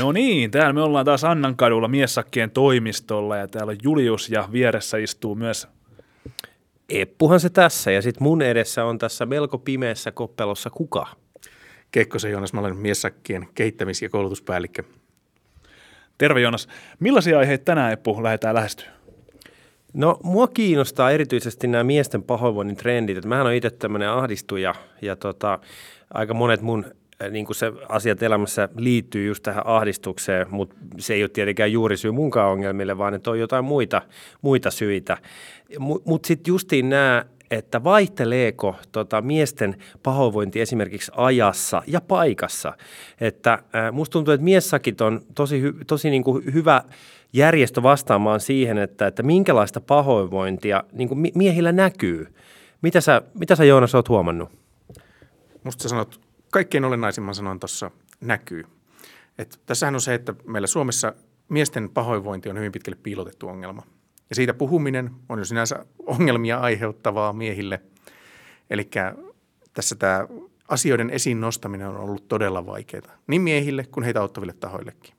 No niin, täällä me ollaan taas Annankadulla Miessakkien toimistolla ja täällä on Julius ja vieressä istuu myös Eppuhan se tässä ja sitten mun edessä on tässä melko pimeässä koppelossa kuka? Kekkosen Joonas, mä olen Miessakkien kehittämis- ja koulutuspäällikkö. Terve Joonas. Millaisia aiheita tänään, Eppu, lähdetään lähestyä? No mua kiinnostaa erityisesti nämä miesten pahoinvoinnin trendit. Et mähän on itse tämmöinen ahdistuja ja aika monet mun niin kuin se asiat elämässä liittyy just tähän ahdistukseen, mutta se ei ole tietenkään juurisyy munkaan ongelmille, vaan että on jotain muita syitä. Mutta sitten justiin nämä, että vaihteleeko miesten pahoinvointi esimerkiksi ajassa ja paikassa. Että musta tuntuu, että miessakit on tosi niin kuin hyvä järjestö vastaamaan siihen, että minkälaista pahoinvointia niin kuin miehillä näkyy. Mitä sä Joonas oot huomannut? Musta sä sanot, kaikkein olennaisimman sanon tuossa näkyy. Et tässähän on se, että meillä Suomessa miesten pahoinvointi on hyvin pitkälle piilotettu ongelma. Ja siitä puhuminen on jo sinänsä ongelmia aiheuttavaa miehille. Eli tässä tämä asioiden esiin nostaminen on ollut todella vaikeaa niin miehille kuin heitä auttaville tahoillekin.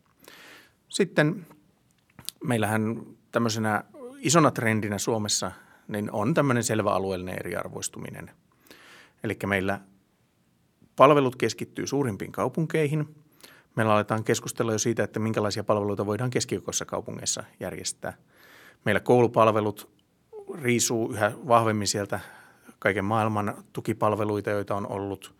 Sitten meillähän tämmöisenä isona trendinä Suomessa niin on tämmöinen selvä alueellinen eriarvoistuminen. Eli meillä palvelut keskittyy suurimpiin kaupunkeihin. Meillä aletaan keskustella jo siitä, että minkälaisia palveluita voidaan keskikokoisissa kaupungeissa järjestää. Meillä koulupalvelut riisuu yhä vahvemmin sieltä kaiken maailman tukipalveluita, joita on ollut.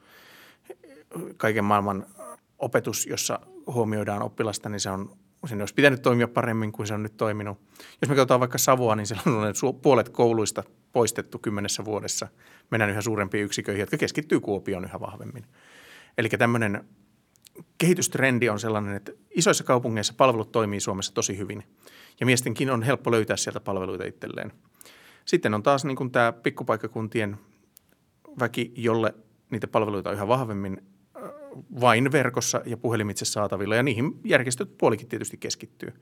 Kaiken maailman opetus, jossa huomioidaan oppilasta, niin sen olisi pitänyt toimia paremmin kuin se on nyt toiminut. Jos me katsotaan vaikka Savoa, niin siellä on puolet kouluista poistettu 10 vuodessa. Mennään yhä suurempiin yksiköihin, jotka keskittyy Kuopioon yhä vahvemmin. Eli tämmöinen kehitystrendi on sellainen, että isoissa kaupungeissa palvelut toimii Suomessa tosi hyvin. Ja miestenkin on helppo löytää sieltä palveluita itselleen. Sitten on taas niin kuin tämä pikkupaikkakuntien väki, jolle niitä palveluita on yhä vahvemmin vain verkossa ja puhelimitse saatavilla. Ja niihin järjestöt puolikin tietysti keskittyy.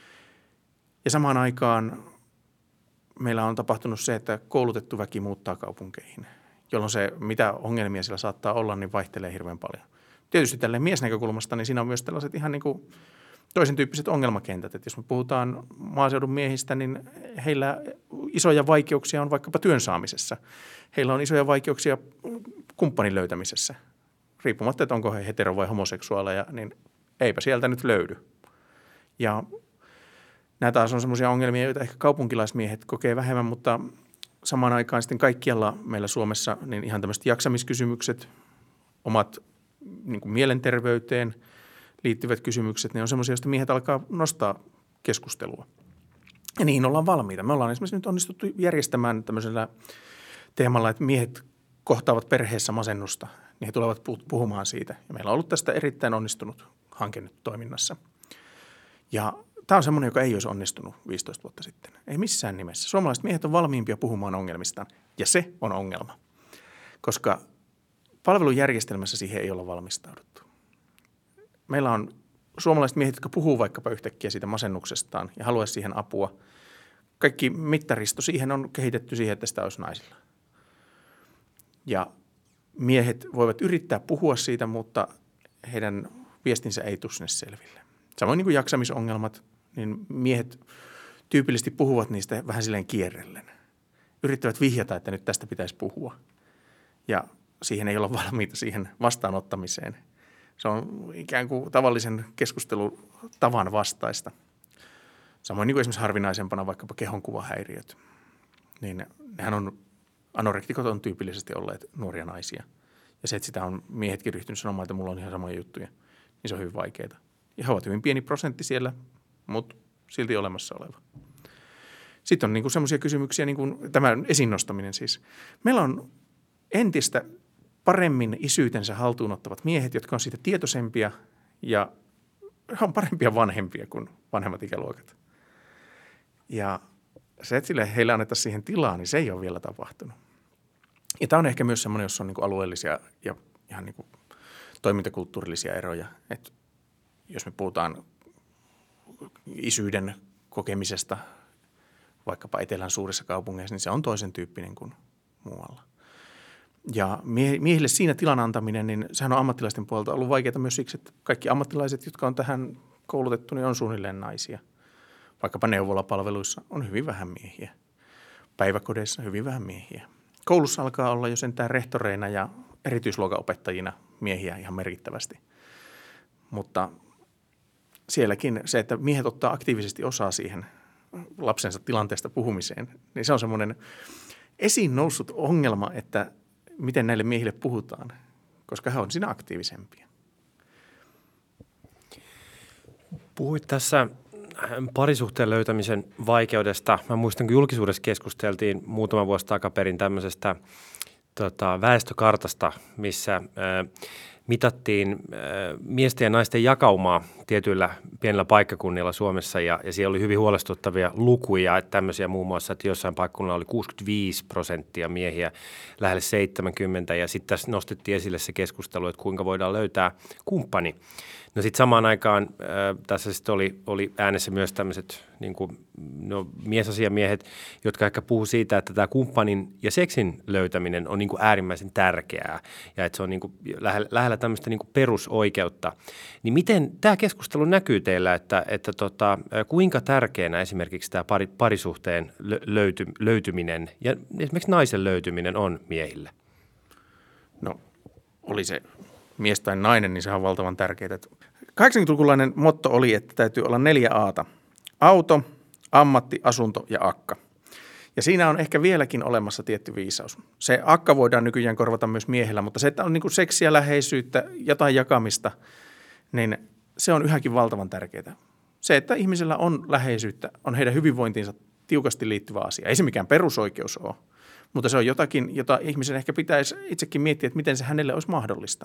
Ja samaan aikaan meillä on tapahtunut se, että koulutettu väki muuttaa kaupunkeihin, jolloin se, mitä ongelmia siellä saattaa olla, niin vaihtelee hirveän paljon. Tietysti tälleen miesnäkökulmasta, niin siinä on myös tällaiset ihan niin kuin toisen tyyppiset ongelmakentät. Että jos me puhutaan maaseudun miehistä, niin heillä isoja vaikeuksia on vaikkapa työn saamisessa. Heillä on isoja vaikeuksia kumppanin löytämisessä. Riippumatta, että onko he hetero- vai homoseksuaaleja, niin eipä sieltä nyt löydy. Ja nämä taas on semmoisia ongelmia, joita ehkä kaupunkilaismiehet kokee vähemmän, mutta samaan aikaan sitten kaikkialla meillä Suomessa niin ihan tämmöiset jaksamiskysymykset, omat niin kuin mielenterveyteen liittyvät kysymykset, ne on semmoisia, joista miehet alkaa nostaa keskustelua. Ja niihin ollaan valmiita. Me ollaan esimerkiksi nyt onnistuttu järjestämään tämmöisellä teemalla, että miehet kohtaavat perheessä masennusta, niin he tulevat puhumaan siitä. Ja meillä on ollut tästä erittäin onnistunut hanke nyt toiminnassa. Ja tämä on semmoinen, joka ei olisi onnistunut 15 vuotta sitten. Ei missään nimessä. Suomalaiset miehet on valmiimpia puhumaan ongelmistaan, ja se on ongelma. Koska palvelujärjestelmässä siihen ei olla valmistauduttu. Meillä on suomalaiset miehet, jotka puhuu vaikkapa yhtäkkiä siitä masennuksestaan ja haluaisi siihen apua. Kaikki mittaristo siihen on kehitetty siihen, että sitä olisi naisilla. Ja miehet voivat yrittää puhua siitä, mutta heidän viestinsä ei tule sinne selville. Samoin niin kuin jaksamisongelmat, niin miehet tyypillisesti puhuvat niistä vähän silleen kierrellen. Yrittävät vihjata, että nyt tästä pitäisi puhua. Ja siihen ei olla valmiita siihen vastaanottamiseen. Se on ikään kuin tavallisen keskustelutavan vastaista. Samoin niin kuin esimerkiksi harvinaisempana vaikkapa kehonkuvahäiriöt. Niin nehän on, anorektikot on tyypillisesti olleet nuoria naisia. Ja se, että sitä on miehetkin ryhtynyt sanomaan, että mulla on ihan samoja juttuja, niin se on hyvin vaikeaa. Ja he ovat hyvin pieni prosentti siellä, mutta silti olemassa oleva. Sitten on niin kuin semmoisia kysymyksiä, niin kuin tämä esiin nostaminen siis. Meillä on entistä paremmin isyytensä haltuun ottavat miehet, jotka on siitä tietoisempia ja on parempia vanhempia kuin vanhemmat ikäluokat. Ja se, että sille heille annettaisiin siihen tilaa, niin se ei ole vielä tapahtunut. Ja tämä on ehkä myös semmoinen, jossa on niin kuin alueellisia ja ihan niin kuin toimintakulttuurillisia eroja. Että jos me puhutaan isyyden kokemisesta vaikkapa etelän suurissa kaupungeissa, niin se on toisen tyyppinen kuin muualla. Ja miehille siinä tilan antaminen, niin sehän on ammattilaisten puolelta ollut vaikeaa myös siksi, että kaikki ammattilaiset, jotka on tähän koulutettu, niin on suunnilleen naisia. Vaikkapa neuvolapalveluissa on hyvin vähän miehiä. Päiväkodeissa hyvin vähän miehiä. Koulussa alkaa olla jo sentään rehtoreina ja erityisluokanopettajina miehiä ihan merkittävästi. Mutta sielläkin se, että miehet ottaa aktiivisesti osaa siihen lapsensa tilanteesta puhumiseen, niin se on semmoinen esiin noussut ongelma, että miten näille miehille puhutaan, koska he on siinä aktiivisempia. Puhuit tässä parisuhteen löytämisen vaikeudesta. Mä muistan, kun julkisuudessa keskusteltiin muutama vuosi takaperin tämmöisestä väestökartasta, missä mitattiin miesten ja naisten jakaumaa tietyillä pienillä paikkakunnilla Suomessa ja siellä oli hyvin huolestuttavia lukuja, että tämmöisiä muun muassa, että jossain paikkakunnilla oli 65% miehiä, lähelle 70% ja sitten tässä nostettiin esille se keskustelu, että kuinka voidaan löytää kumppani. No sitten samaan aikaan tässä sitten oli äänessä myös tämmöiset niin kuin, miesasiamiehet, jotka ehkä puhuu siitä, että tämä kumppanin ja seksin löytäminen on niin kuin äärimmäisen tärkeää ja että se on niin kuin lähellä tämmöistä niin kuin perusoikeutta. Niin miten tämä keskustelu näkyy teillä, että kuinka tärkeänä esimerkiksi tämä parisuhteen löytyminen ja esimerkiksi naisen löytyminen on miehille? No, oli se mies tai nainen, niin se on valtavan tärkeää. 80-lukulainen motto oli, että täytyy olla 4 A:ta. Auto, ammatti, asunto ja akka. Ja siinä on ehkä vieläkin olemassa tietty viisaus. Se akka voidaan nykyään korvata myös miehellä, mutta se, että on niin kuin seksiä, läheisyyttä, jotain jakamista, niin se on yhäkin valtavan tärkeää. Se, että ihmisellä on läheisyyttä, on heidän hyvinvointiinsa tiukasti liittyvä asia. Ei se mikään perusoikeus ole, mutta se on jotakin, jota ihmisen ehkä pitäisi itsekin miettiä, että miten se hänelle olisi mahdollista.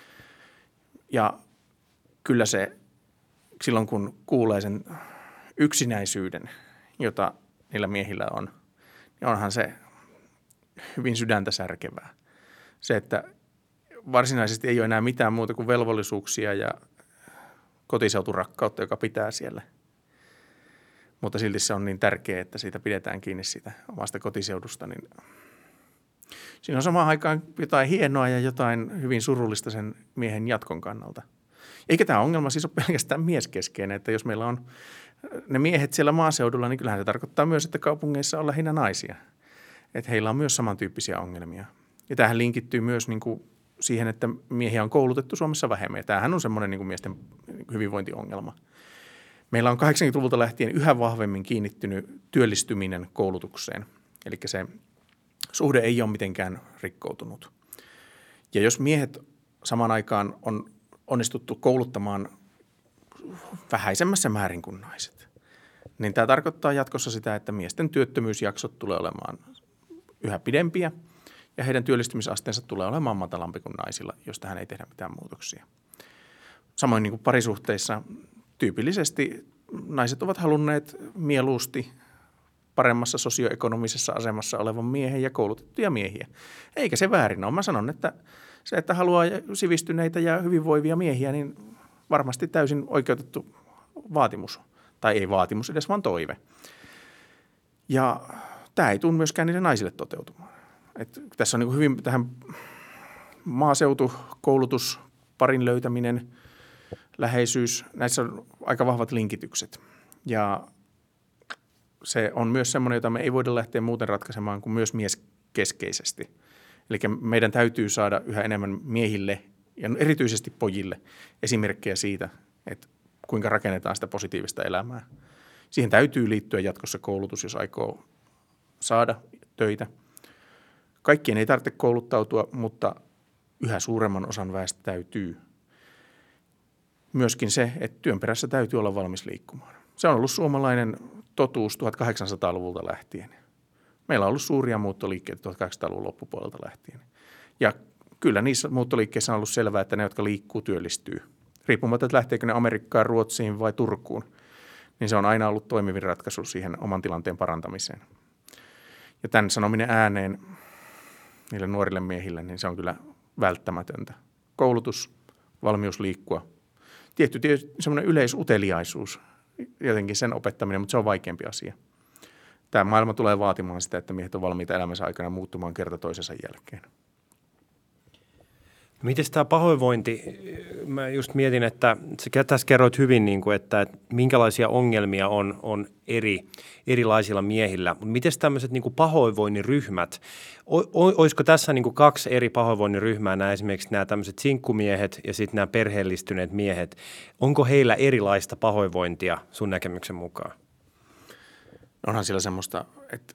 Ja kyllä se silloin, kun kuulee sen yksinäisyyden, jota niillä miehillä on, niin onhan se hyvin sydäntä särkevää. Se, että varsinaisesti ei ole enää mitään muuta kuin velvollisuuksia ja kotiseuturakkautta, joka pitää siellä. Mutta silti se on niin tärkeää, että siitä pidetään kiinni siitä omasta kotiseudusta. Niin siinä on samaan aikaan jotain hienoa ja jotain hyvin surullista sen miehen jatkon kannalta. Eikä tämä ongelma siis ole pelkästään mieskeskeinen, että jos meillä on ne miehet siellä maaseudulla, niin kyllähän se tarkoittaa myös, että kaupungeissa on lähinnä naisia. Että heillä on myös samantyyppisiä ongelmia. Ja tämähän linkittyy myös niin kuin siihen, että miehiä on koulutettu Suomessa vähemmän. Ja tämähän on semmoinen niin kuin miesten hyvinvointiongelma. Meillä on 80-luvulta lähtien yhä vahvemmin kiinnittynyt työllistyminen koulutukseen. Eli se suhde ei ole mitenkään rikkoutunut. Ja jos miehet samaan aikaan on onnistuttu kouluttamaan vähäisemmässä määrin kuin naiset, niin tämä tarkoittaa jatkossa sitä, että miesten työttömyysjaksot tulee olemaan yhä pidempiä ja heidän työllistymisasteensa tulee olemaan matalampi kuin naisilla, jos tähän ei tehdä mitään muutoksia. Samoin niin kuin parisuhteissa tyypillisesti naiset ovat halunneet mieluusti paremmassa sosioekonomisessa asemassa olevan miehen ja koulutettuja miehiä. Eikä se väärin ole. Mä sanon, että se, että haluaa sivistyneitä ja hyvinvoivia miehiä, niin varmasti täysin oikeutettu vaatimus. Tai ei vaatimus edes, vaan toive. Ja tämä ei tule myöskään niille naisille toteutumaan. Tässä on niin hyvin tähän maaseutu, koulutus, parin löytäminen, läheisyys, näissä on aika vahvat linkitykset. Ja se on myös semmoinen, jota me ei voida lähteä muuten ratkaisemaan kuin myös mieskeskeisesti. Eli meidän täytyy saada yhä enemmän miehille ja erityisesti pojille esimerkkejä siitä, että kuinka rakennetaan sitä positiivista elämää. Siihen täytyy liittyä jatkossa koulutus, jos aikoo saada töitä. Kaikkien ei tarvitse kouluttautua, mutta yhä suuremman osan väestä täytyy. Myöskin se, että työn perässä täytyy olla valmis liikkumaan. Se on ollut suomalainen totuus 1800-luvulta lähtien. Meillä on ollut suuria muuttoliikkeitä 1800-luvun loppupuolelta lähtien. Ja kyllä niissä muuttoliikkeissä on ollut selvää, että ne, jotka liikkuu, työllistyy. Riippumatta, että lähteekö ne Amerikkaan, Ruotsiin vai Turkuun, niin se on aina ollut toimivin ratkaisu siihen oman tilanteen parantamiseen. Ja tämän sanominen ääneen niille nuorille miehille, niin se on kyllä välttämätöntä. Koulutus, valmius liikkua, tietty semmoinen yleisuteliaisuus, jotenkin sen opettaminen, mutta se on vaikeampi asia. Tämä maailma tulee vaatimaan sitä, että miehet on valmiita elämänsä aikana muuttumaan kerta toisensa jälkeen. Miten tämä pahoinvointi, mä just mietin, että sä tässä kerroit hyvin, niin kuin, että minkälaisia ongelmia on erilaisilla miehillä, mutta miten tämmöiset niin kuin pahoinvoinnin ryhmät, olisiko tässä niin kuin 2 eri pahoinvoinnin ryhmää, nämä esimerkiksi nämä tämmöiset sinkkumiehet ja sitten nämä perheellistyneet miehet, onko heillä erilaista pahoinvointia sun näkemyksen mukaan? Onhan siellä semmoista, että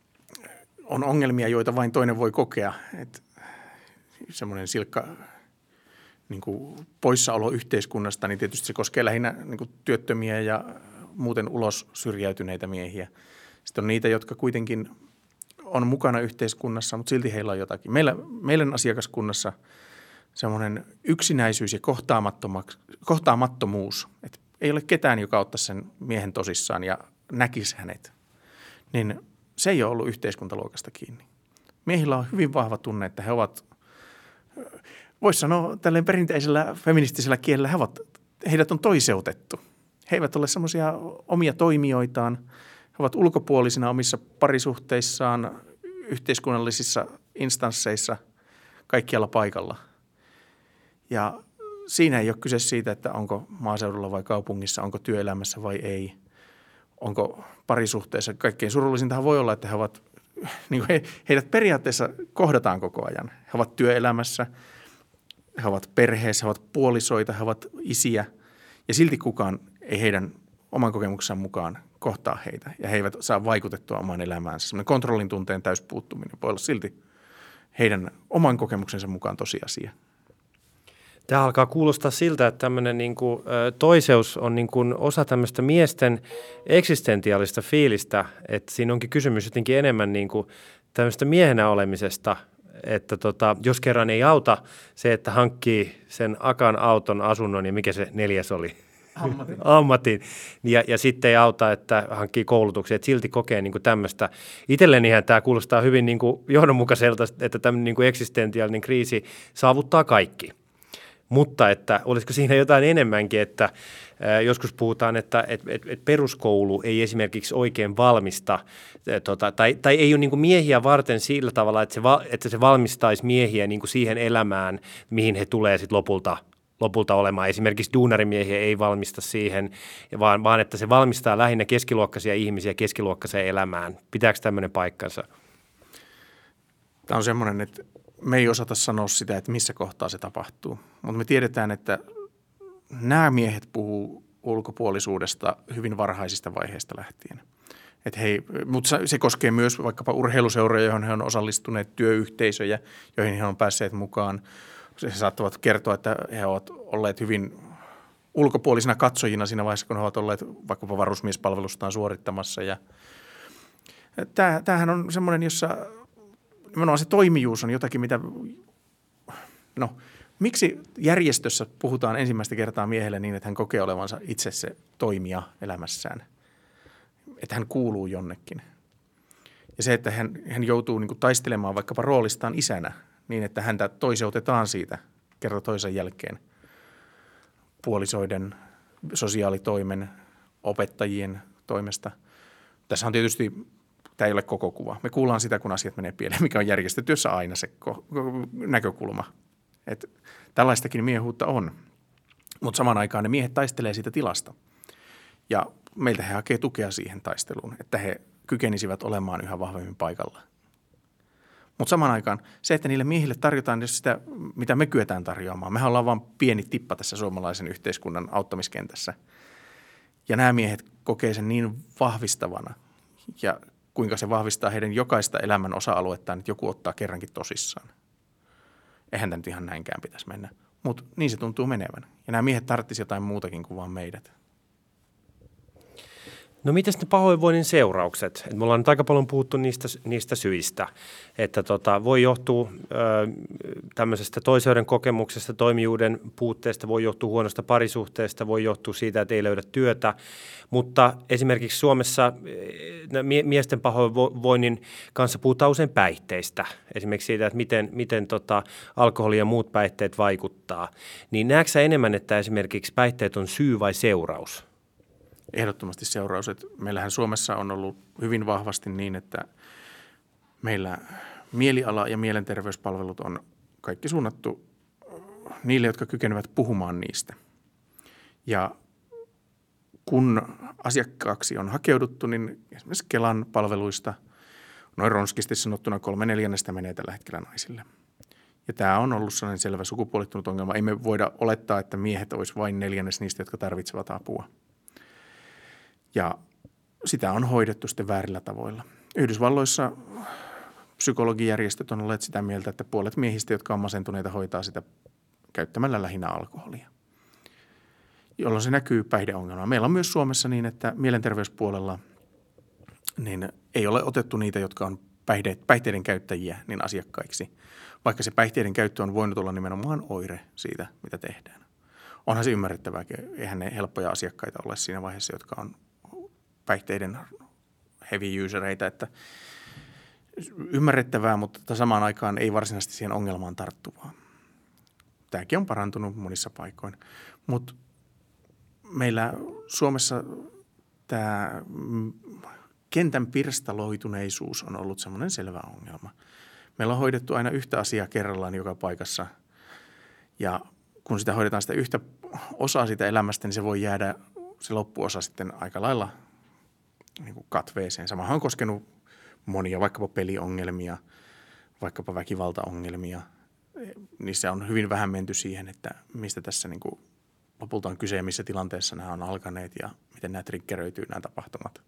on ongelmia, joita vain toinen voi kokea, että semmoinen silkka niin kuin poissaolo yhteiskunnasta, niin tietysti se koskee lähinnä niin kuin työttömiä ja muuten ulos syrjäytyneitä miehiä. Sitten on niitä, jotka kuitenkin on mukana yhteiskunnassa, mutta silti heillä on jotakin. Meidän asiakaskunnassa semmoinen yksinäisyys ja kohtaamattomuus, että ei ole ketään, joka ottaisi sen miehen tosissaan ja näkisi hänet, niin se ei ole ollut yhteiskuntaluokasta kiinni. Miehillä on hyvin vahva tunne, että he ovat, voisi sanoa tälleen perinteisellä feministisellä kielellä, heidät on toiseutettu. He eivät ole semmoisia omia toimijoitaan. He ovat ulkopuolisina omissa parisuhteissaan, yhteiskunnallisissa instansseissa, kaikkialla paikalla. Ja siinä ei ole kyse siitä, että onko maaseudulla vai kaupungissa, onko työelämässä vai ei, onko parisuhteessa. Kaikkein surullisintahan voi olla, että he ovat, niin kuin heidät periaatteessa kohdataan koko ajan. He ovat työelämässä, he ovat perheessä, he ovat puolisoita, he ovat isiä ja silti kukaan ei heidän oman kokemuksensa mukaan kohtaa heitä ja he eivät saa vaikutettua omaan elämäänsä. Sellainen kontrollin tunteen täyspuuttuminen voi olla silti heidän oman kokemuksensa mukaan tosiasia. Tämä alkaa kuulostaa siltä, että tämmöinen niin kuin, toiseus on niin kuin osa tämmöistä miesten eksistentiaalista fiilistä, että siinä onkin kysymys jotenkin enemmän niin kuin tämmöistä miehenä olemisesta, että jos kerran ei auta se, että hankkii sen akan auton, asunnon ja mikä se 4 oli? Ammatin. Ja sitten ei auta, että hankkii koulutuksia, että silti kokee niin kuin tämmöistä. Itsellenihän tämä kuulostaa hyvin niin kuin johdonmukaiselta, että tämmöinen niin kuin eksistentiaalinen kriisi saavuttaa kaikki. Mutta että olisiko siinä jotain enemmänkin, että joskus puhutaan, että peruskoulu ei esimerkiksi oikein valmista, tai ei ole niin kuin miehiä varten sillä tavalla, että se valmistaisi miehiä niin kuin siihen elämään, mihin he tulee sitten lopulta olemaan. Esimerkiksi duunarimiehiä ei valmista siihen, vaan että se valmistaa lähinnä keskiluokkaisia ihmisiä keskiluokkaiseen elämään. Pitääkö tämmöinen paikkansa? Tämä on semmoinen, että me ei osata sanoa sitä, että missä kohtaa se tapahtuu, mutta me tiedetään, että nämä miehet puhuu ulkopuolisuudesta hyvin varhaisista vaiheista lähtien. Mutta se koskee myös vaikkapa urheiluseuroja, joihin he on osallistuneet, työyhteisöjä, joihin he on päässeet mukaan. He saattavat kertoa, että he ovat olleet hyvin ulkopuolisina katsojina siinä vaiheessa, kun he ovat olleet vaikkapa varusmiespalvelustaan suorittamassa. Ja tämähän on semmoinen, jossa nimenomaan se toimijuus on jotakin, miksi järjestössä puhutaan ensimmäistä kertaa miehelle niin, että hän kokee olevansa itse se toimija elämässään, että hän kuuluu jonnekin. Ja se, että hän joutuu niin kuin taistelemaan vaikkapa roolistaan isänä niin, että häntä toiseutetaan siitä kerta toisen jälkeen puolisoiden, sosiaalitoimen, opettajien toimesta. Tässä on tietysti, tämä ei ole koko kuva. Me kuullaan sitä, kun asiat menee pieleen, mikä on järjestötyössä aina se näkökulma. Että tällaistakin miehuutta on, mutta samaan aikaan ne miehet taistelee siitä tilasta. Ja meiltä he hakee tukea siihen taisteluun, että he kykenisivät olemaan yhä vahvemmin paikalla. Mutta samaan aikaan se, että niille miehille tarjotaan sitä, mitä me kyetään tarjoamaan. Mehän ollaan vain pieni tippa tässä suomalaisen yhteiskunnan auttamiskentässä. Ja nämä miehet kokee sen niin vahvistavana ja kuinka se vahvistaa heidän jokaista elämän osa-aluettaan, että joku ottaa kerrankin tosissaan. Eihän tämä nyt ihan näinkään pitäisi mennä, mutta niin se tuntuu menevän. Ja nämä miehet tarvitsisivat jotain muutakin kuin vaan meidät. No mitäs ne pahoinvoinnin seuraukset? Me ollaan nyt aika paljon puhuttu niistä syistä, että voi johtua tämmöisestä toiseuden kokemuksesta, toimijuuden puutteesta, voi johtua huonosta parisuhteesta, voi johtua siitä, että ei löydä työtä, mutta esimerkiksi Suomessa miesten pahoinvoinnin kanssa puhutaan usein päihteistä, esimerkiksi siitä, että miten alkoholi ja muut päihteet vaikuttaa. Niin näetkö sä enemmän, että esimerkiksi päihteet on syy vai seuraus? Ehdottomasti seuraus, että meillähän Suomessa on ollut hyvin vahvasti niin, että meillä mieliala- ja mielenterveyspalvelut on kaikki suunnattu niille, jotka kykenevät puhumaan niistä. Ja kun asiakkaaksi on hakeuduttu, niin esimerkiksi Kelan palveluista noin ronskisti sanottuna 3/4 menee tällä hetkellä naisille. Ja tämä on ollut sellainen selvä sukupuolittunut ongelma. Ei me voida olettaa, että miehet olisi vain 1/4 niistä, jotka tarvitsevat apua. Ja sitä on hoidettu sitten väärillä tavoilla. Yhdysvalloissa psykologijärjestöt on olleet sitä mieltä, että puolet miehistä, jotka on masentuneita, hoitaa sitä käyttämällä lähinnä alkoholia, jolloin se näkyy päihdeongelmaa. Meillä on myös Suomessa niin, että mielenterveyspuolella niin ei ole otettu niitä, jotka on päihteiden käyttäjiä, niin asiakkaiksi, vaikka se päihteiden käyttö on voinut olla nimenomaan oire siitä, mitä tehdään. Onhan se ymmärrettävääkin. Eihän ne helppoja asiakkaita ole siinä vaiheessa, jotka on päihteiden heavy usereita, että ymmärrettävää, mutta samaan aikaan ei varsinaisesti siihen ongelmaan tarttuvaa. Tämäkin on parantunut monissa paikoin, mutta meillä Suomessa tämä kentän pirstaloituneisuus on ollut semmoinen selvä ongelma. Meillä on hoidettu aina yhtä asiaa kerrallaan joka paikassa ja kun sitä hoidetaan sitä yhtä osaa siitä elämästä, niin se voi jäädä se loppuosa sitten aika lailla niin kuin katveeseen. Samahan on koskenut monia, vaikkapa peliongelmia, vaikkapa väkivaltaongelmia. Niissä on hyvin vähän menty siihen, että mistä tässä niin kuin lopulta on kyse ja missä tilanteessa nämä on alkaneet ja miten nämä triggeröityy nämä tapahtumat.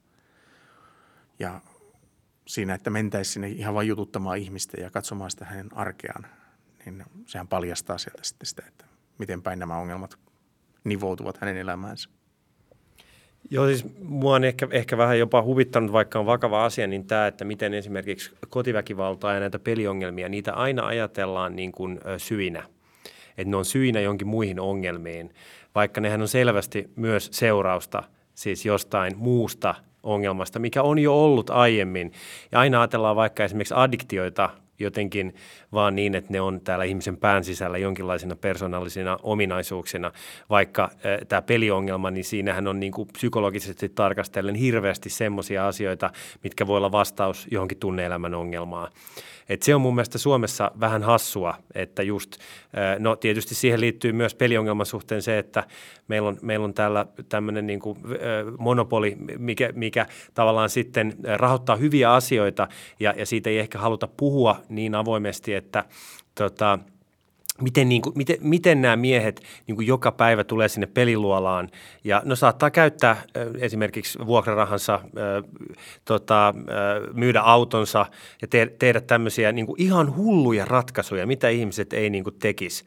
Ja siinä, että mentäisiin sinne ihan vain jututtamaan ihmistä ja katsomaan sitä hänen arkeaan, niin sehän paljastaa sieltä sitten sitä, että miten päin nämä ongelmat nivoutuvat hänen elämäänsä. Joo, siis mua on ehkä vähän jopa huvittanut, vaikka on vakava asia, niin tämä, että miten esimerkiksi kotiväkivaltaa ja näitä peliongelmia, niitä aina ajatellaan niin kuin syinä. Että ne on syinä jonkin muihin ongelmiin, vaikka nehän on selvästi myös seurausta siis jostain muusta ongelmasta, mikä on jo ollut aiemmin. Ja aina ajatellaan vaikka esimerkiksi addiktioita jotenkin vaan niin, että ne on täällä ihmisen pään sisällä jonkinlaisina persoonallisina ominaisuuksina, vaikka tämä peliongelma, niin siinähän on niin kuin psykologisesti tarkastellen hirveästi semmoisia asioita, mitkä voi olla vastaus johonkin tunne-elämän ongelmaan. Et se on mun mielestä Suomessa vähän hassua, että just, no tietysti siihen liittyy myös peliongelman suhteen se, että meillä on täällä tämmöinen niin kuin monopoli, mikä tavallaan sitten rahoittaa hyviä asioita ja siitä ei ehkä haluta puhua niin avoimesti, että miten nämä miehet niin kuin joka päivä tulee sinne peliluolaan ja no saattaa käyttää esimerkiksi vuokrarahansa, myydä autonsa ja tehdä tämmöisiä niin kuin ihan hulluja ratkaisuja, mitä ihmiset ei niin kuin tekisi.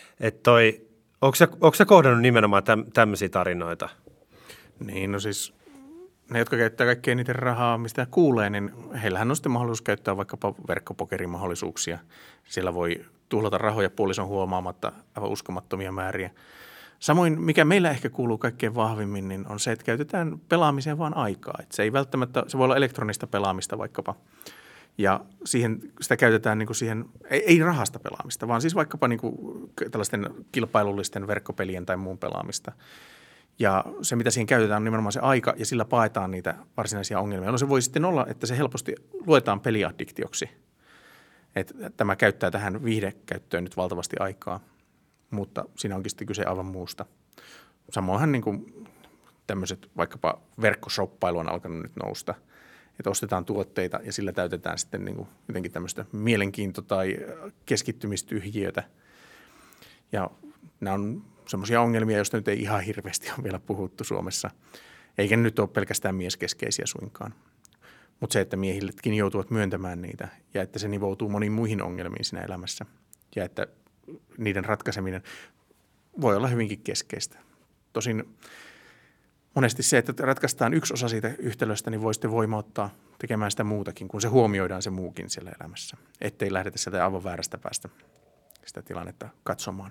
Onko sä kohdannut nimenomaan tämmöisiä tarinoita? Niin, no siis ne, jotka käyttää kaikkein eniten rahaa, mistä kuulee, niin heillähän on sitten mahdollisuus käyttää vaikkapa verkkopokerimahdollisuuksia. Siellä voi tuhlata rahoja puolison huomaamatta aivan uskomattomia määriä. Samoin, mikä meillä ehkä kuuluu kaikkein vahvimmin, niin on se, että käytetään pelaamiseen vaan aikaa. Että se ei välttämättä, se voi olla elektronista pelaamista vaikkapa. Ja sitä käytetään niin kuin siihen, ei rahasta pelaamista, vaan siis vaikkapa niin kuin tällaisten kilpailullisten verkkopelien tai muun pelaamista. Ja se, mitä siihen käytetään, on nimenomaan se aika, ja sillä paetaan niitä varsinaisia ongelmia. No se voi sitten olla, että se helposti luetaan peliaddiktioksi. Että tämä käyttää tähän viihdekäyttöön nyt valtavasti aikaa, mutta siinä onkin sitten kyse aivan muusta. Samoinhan niin kuin tämmöiset, vaikkapa verkkoshoppailu on alkanut nyt nousta, että ostetaan tuotteita ja sillä täytetään sitten niin kuin jotenkin tämmöistä mielenkiinto- tai keskittymistyhjiötä. Ja nämä on semmoisia ongelmia, joista nyt ei ihan hirveästi ole vielä puhuttu Suomessa, eikä ne nyt ole pelkästään mieskeskeisiä suinkaan. Mutta se, että miehillekin joutuvat myöntämään niitä ja että se nivoutuu moniin muihin ongelmiin siinä elämässä ja että niiden ratkaiseminen voi olla hyvinkin keskeistä. Tosin monesti se, että ratkaistaan yksi osa siitä yhtälöstä, niin voi sitten voimauttaa tekemään sitä muutakin, kun se huomioidaan se muukin siellä elämässä, ettei lähdetä sieltä aivan väärästä päästä sitä tilannetta katsomaan.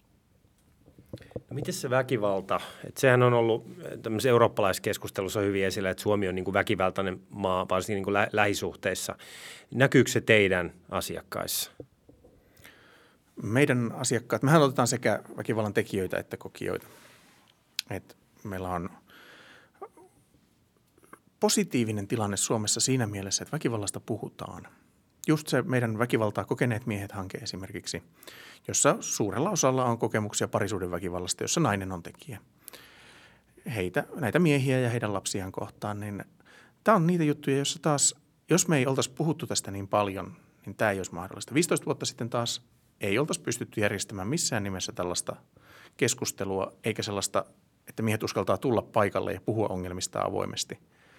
No miten se väkivalta? Sehän on ollut tämmöisessä eurooppalaiskeskustelussa hyvin esillä, että Suomi on niin kuin väkivaltainen maa, varsinkin niin kuin lähisuhteissa. Näkyykö se teidän asiakkaissa? Meidän asiakkaat, mehän otetaan sekä väkivallan tekijöitä että kokijoita. Et meillä on positiivinen tilanne Suomessa siinä mielessä, että väkivallasta puhutaan. just se meidän väkivaltaa kokeneet miehet-hanke esimerkiksi, jossa suurella osalla on kokemuksia parisuhdeväkivallasta, jossa nainen on tekijä. Näitä miehiä ja heidän lapsiaan kohtaan, niin tämä on niitä juttuja, joissa taas, jos me ei oltaisi puhuttu tästä niin paljon, niin tämä ei olisi mahdollista. 15 vuotta sitten taas ei oltaisi pystytty järjestämään missään nimessä tällaista keskustelua, eikä sellaista, että miehet uskaltaa tulla paikalle ja puhua ongelmista avoimesti.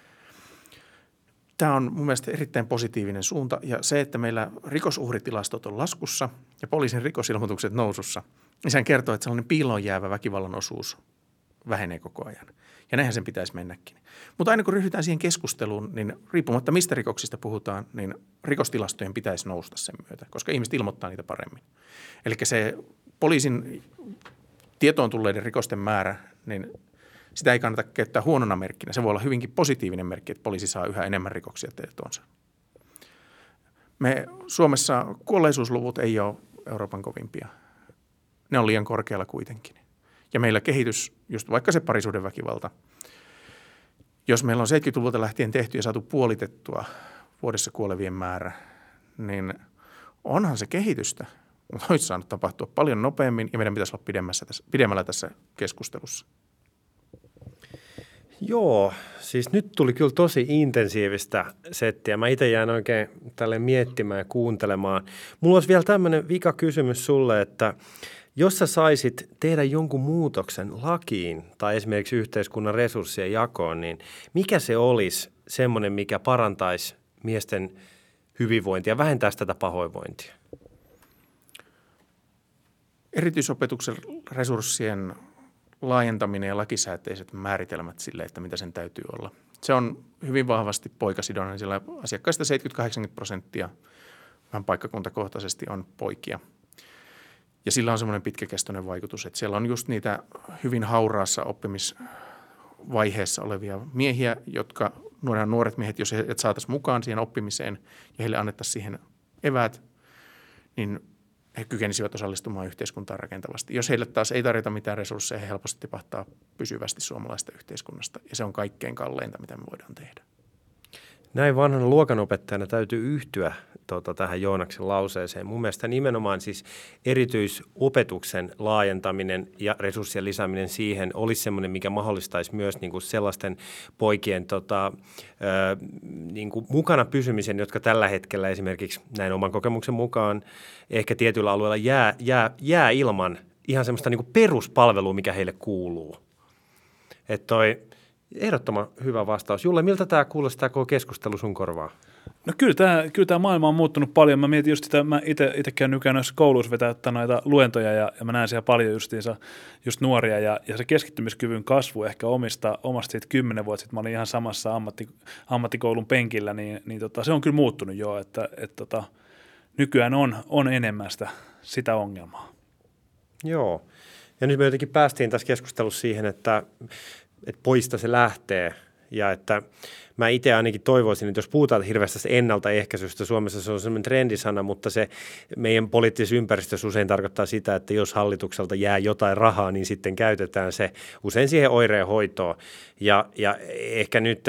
Tämä on mun mielestä erittäin positiivinen suunta, ja se, että meillä rikosuhritilastot on laskussa ja poliisin rikosilmoitukset nousussa, niin sehän kertoo, että sellainen piiloon jäävä väkivallan osuus vähenee koko ajan. Ja näinhän sen pitäisi mennäkin. Mutta aina kun ryhdytään siihen keskusteluun, niin riippumatta mistä rikoksista puhutaan, niin rikostilastojen pitäisi nousta sen myötä, koska ihmiset ilmoittaa niitä paremmin. Eli se poliisin tietoon tulleiden rikosten määrä, niin sitä ei kannata käyttää huonona merkkinä. Se voi olla hyvinkin positiivinen merkki, että poliisi saa yhä enemmän rikoksia tietoonsa. Me Suomessa kuolleisuusluvut ei ole Euroopan kovimpia. Ne on liian korkealla kuitenkin. Ja meillä kehitys, just vaikka se parisuhdeväkivalta, jos meillä on 70-luvulta lähtien tehty ja saatu puolitettua vuodessa kuolevien määrä, niin onhan se kehitystä, mutta olisi saanut tapahtua paljon nopeammin ja meidän pitäisi olla pidemmällä tässä keskustelussa. Joo, siis nyt tuli kyllä tosi intensiivistä settiä. Mä itse jään oikein tälle miettimään ja kuuntelemaan. Mulla olisi vielä tämmöinen vikakysymys sulle, että jos sä saisit tehdä jonkun muutoksen lakiin tai esimerkiksi yhteiskunnan resurssien jakoon, niin mikä se olisi semmoinen, mikä parantaisi miesten hyvinvointia ja vähentäisi tätä pahoinvointia? Erityisopetuksen resurssien laajentaminen ja lakisääteiset määritelmät sille, että mitä sen täytyy olla. Se on hyvin vahvasti poikasidoinen, sillä asiakkaista 70-80% vähän paikkakuntakohtaisesti on poikia. Ja sillä on semmoinen pitkäkestoinen vaikutus, että siellä on just niitä hyvin hauraassa oppimisvaiheessa olevia miehiä, jotka nuoret miehet, jos he saataisiin mukaan siihen oppimiseen ja heille annettaisiin siihen eväät, niin he kykenisivät osallistumaan yhteiskuntaan rakentavasti. Jos heille taas ei tarjota mitään resursseja, he helposti tipahtaa pysyvästi suomalaista yhteiskunnasta. Ja se on kaikkein kalleinta, mitä me voidaan tehdä. Näin vanhana luokanopettajana täytyy yhtyä tähän Joonaksen lauseeseen. Mun mielestä nimenomaan siis erityisopetuksen laajentaminen ja resurssien lisääminen siihen olisi semmoinen, mikä mahdollistaisi myös niin kuin sellaisten poikien niin kuin mukana pysymisen, jotka tällä hetkellä esimerkiksi näin oman kokemuksen mukaan ehkä tietyllä alueella jää ilman ihan semmoista niin kuin peruspalvelua, mikä heille kuuluu. Että toi ehdottoman hyvä vastaus. Julle, miltä tämä kuulostaa koko keskustelu sun korvaa? No kyllä tämä maailma on muuttunut paljon. Mä mietin just sitä, mä itse käyn nykyään noissa kouluissa vetää noita luentoja ja mä näen siellä paljon just nuoria ja se keskittymiskyvyn kasvu ehkä omasta siitä 10 vuotta sitten. Mä olin ihan samassa ammattikoulun penkillä, niin se on kyllä muuttunut jo, että nykyään on enemmän sitä ongelmaa. Joo, ja nyt me jotenkin päästiin tässä keskustelussa siihen, että poista se lähtee ja että mä itse ainakin toivoisin, että jos puhutaan hirveästi ennaltaehkäisystä, Suomessa se on sellainen trendisana, mutta se meidän poliittisessa ympäristössä usein tarkoittaa sitä, että jos hallitukselta jää jotain rahaa, niin sitten käytetään se usein siihen oireen hoitoon ja ehkä nyt,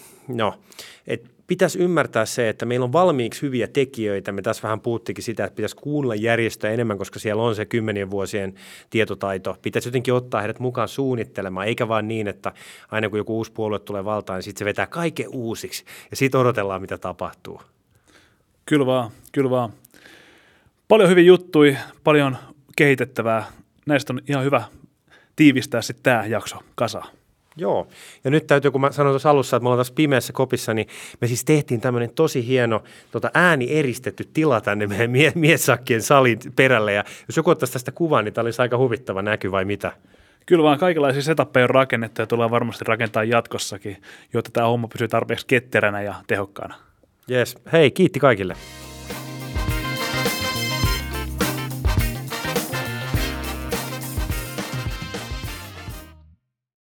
pitäisi ymmärtää se, että meillä on valmiiksi hyviä tekijöitä. Me tässä vähän puhuttikin sitä, että pitäisi kuunnella järjestöä enemmän, koska siellä on se 10 vuosien tietotaito. Pitäisi jotenkin ottaa heidät mukaan suunnittelemaan, eikä vaan niin, että aina kun joku uusi puolue tulee valtaan, niin sitten se vetää kaiken uusiksi ja sitten odotellaan, mitä tapahtuu. Kyllä vaan. Paljon hyviä juttuja, paljon kehitettävää. Näistä on ihan hyvä tiivistää sitten tämä jakso kasaan. Joo, ja nyt täytyy, kun mä sanoin tuossa alussa, että me ollaan tässä pimeässä kopissa, niin me siis tehtiin tämmöinen tosi hieno ääni eristetty tila tänne meidän miessakkien salin perälle, ja jos joku ottaisi tästä kuvan, niin tämä olisi aika huvittava näky vai mitä? Kyllä vaan kaikenlaisia setappeja on rakennettu ja tullaan varmasti rakentaa jatkossakin, jotta tämä homma pysyy tarpeeksi ketteränä ja tehokkaana. Jes, hei, kiitti kaikille.